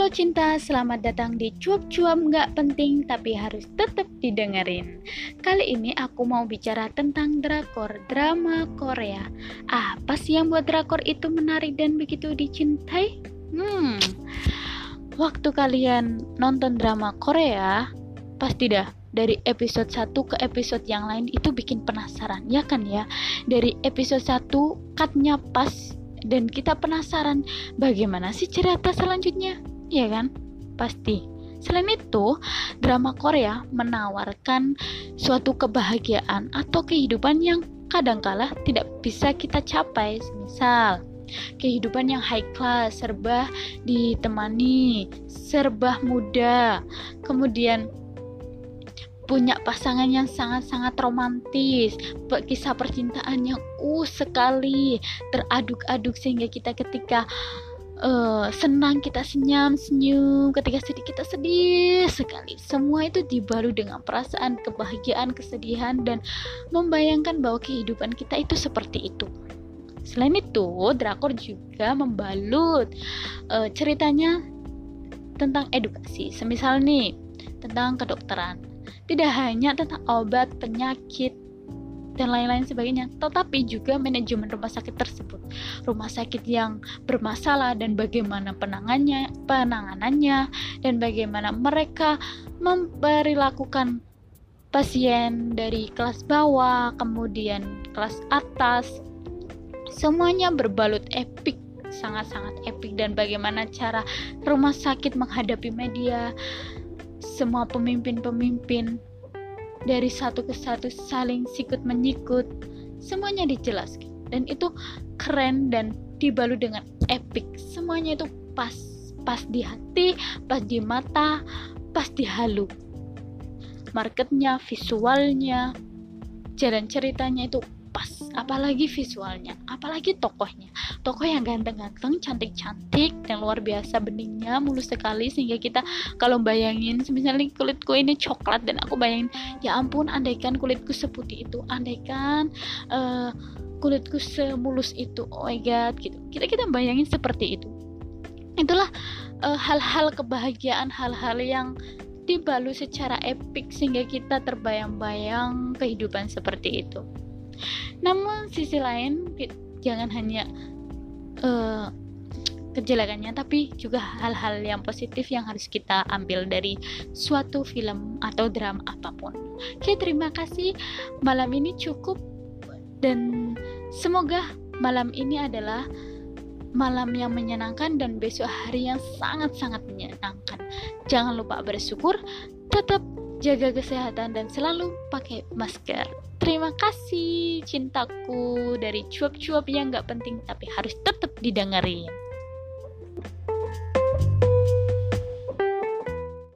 Halo cinta, selamat datang di cuap-cuap nggak penting tapi harus tetap didengerin. Kali ini aku mau bicara tentang drakor, drama Korea. Apa sih yang buat drakor itu menarik dan begitu dicintai? Waktu kalian nonton drama Korea, pasti dah dari episode 1 ke episode yang lain itu bikin penasaran, ya kan ya? Dari episode 1 cutnya pas dan kita penasaran bagaimana sih cerita selanjutnya, ya kan? Pasti. Selain itu, drama Korea menawarkan suatu kebahagiaan atau kehidupan yang kadangkala tidak bisa kita capai. Misal, kehidupan yang high class, serba ditemani, serba muda, kemudian punya pasangan yang sangat-sangat romantis, kisah percintaan yang sekali, teraduk-aduk sehingga kita ketika senang kita senyum, ketika sedih kita sedih sekali. Semua itu dibalut dengan perasaan kebahagiaan, kesedihan, dan membayangkan bahwa kehidupan kita itu seperti itu. Selain itu, drakor juga membalut ceritanya tentang edukasi. Semisal nih, tentang kedokteran. Tidak hanya tentang obat, penyakit, dan lain-lain sebagainya, tetapi juga manajemen rumah sakit tersebut. Rumah sakit yang bermasalah dan bagaimana penanganannya, dan bagaimana mereka memperlakukan pasien dari kelas bawah, kemudian kelas atas. Semuanya berbalut epik, sangat-sangat epik, dan bagaimana cara rumah sakit menghadapi media. Semua pemimpin-pemimpin dari satu ke satu saling sikut menyikut, semuanya dijelaskan, dan itu keren dan dibalut dengan epik. Semuanya itu pas di hati, pas di mata, pas di halu. Marketnya, visualnya, jalan ceritanya itu pas, apalagi visualnya, apalagi tokohnya. Tokoh yang ganteng-ganteng, cantik-cantik, dan luar biasa beningnya, mulus sekali, sehingga kita kalau bayangin, misalnya kulitku ini coklat, dan aku bayangin, ya ampun, andaikan kulitku seputih itu, andaikan kulitku semulus itu, oh my god, gitu. Kita bayangin seperti itu. Itulah hal-hal kebahagiaan, hal-hal yang dibalut secara epik, sehingga kita terbayang-bayang kehidupan seperti itu. Namun sisi lain, jangan hanya kejelekannya, tapi juga hal-hal yang positif yang harus kita ambil dari suatu film atau drama apapun. Oke, terima kasih. Malam ini cukup, dan semoga malam ini adalah malam yang menyenangkan dan besok hari yang sangat-sangat menyenangkan. Jangan lupa bersyukur, tetap jaga kesehatan, dan selalu pakai masker. Terima kasih cintaku dari cuap-cuap yang gak penting tapi harus tetap didengerin.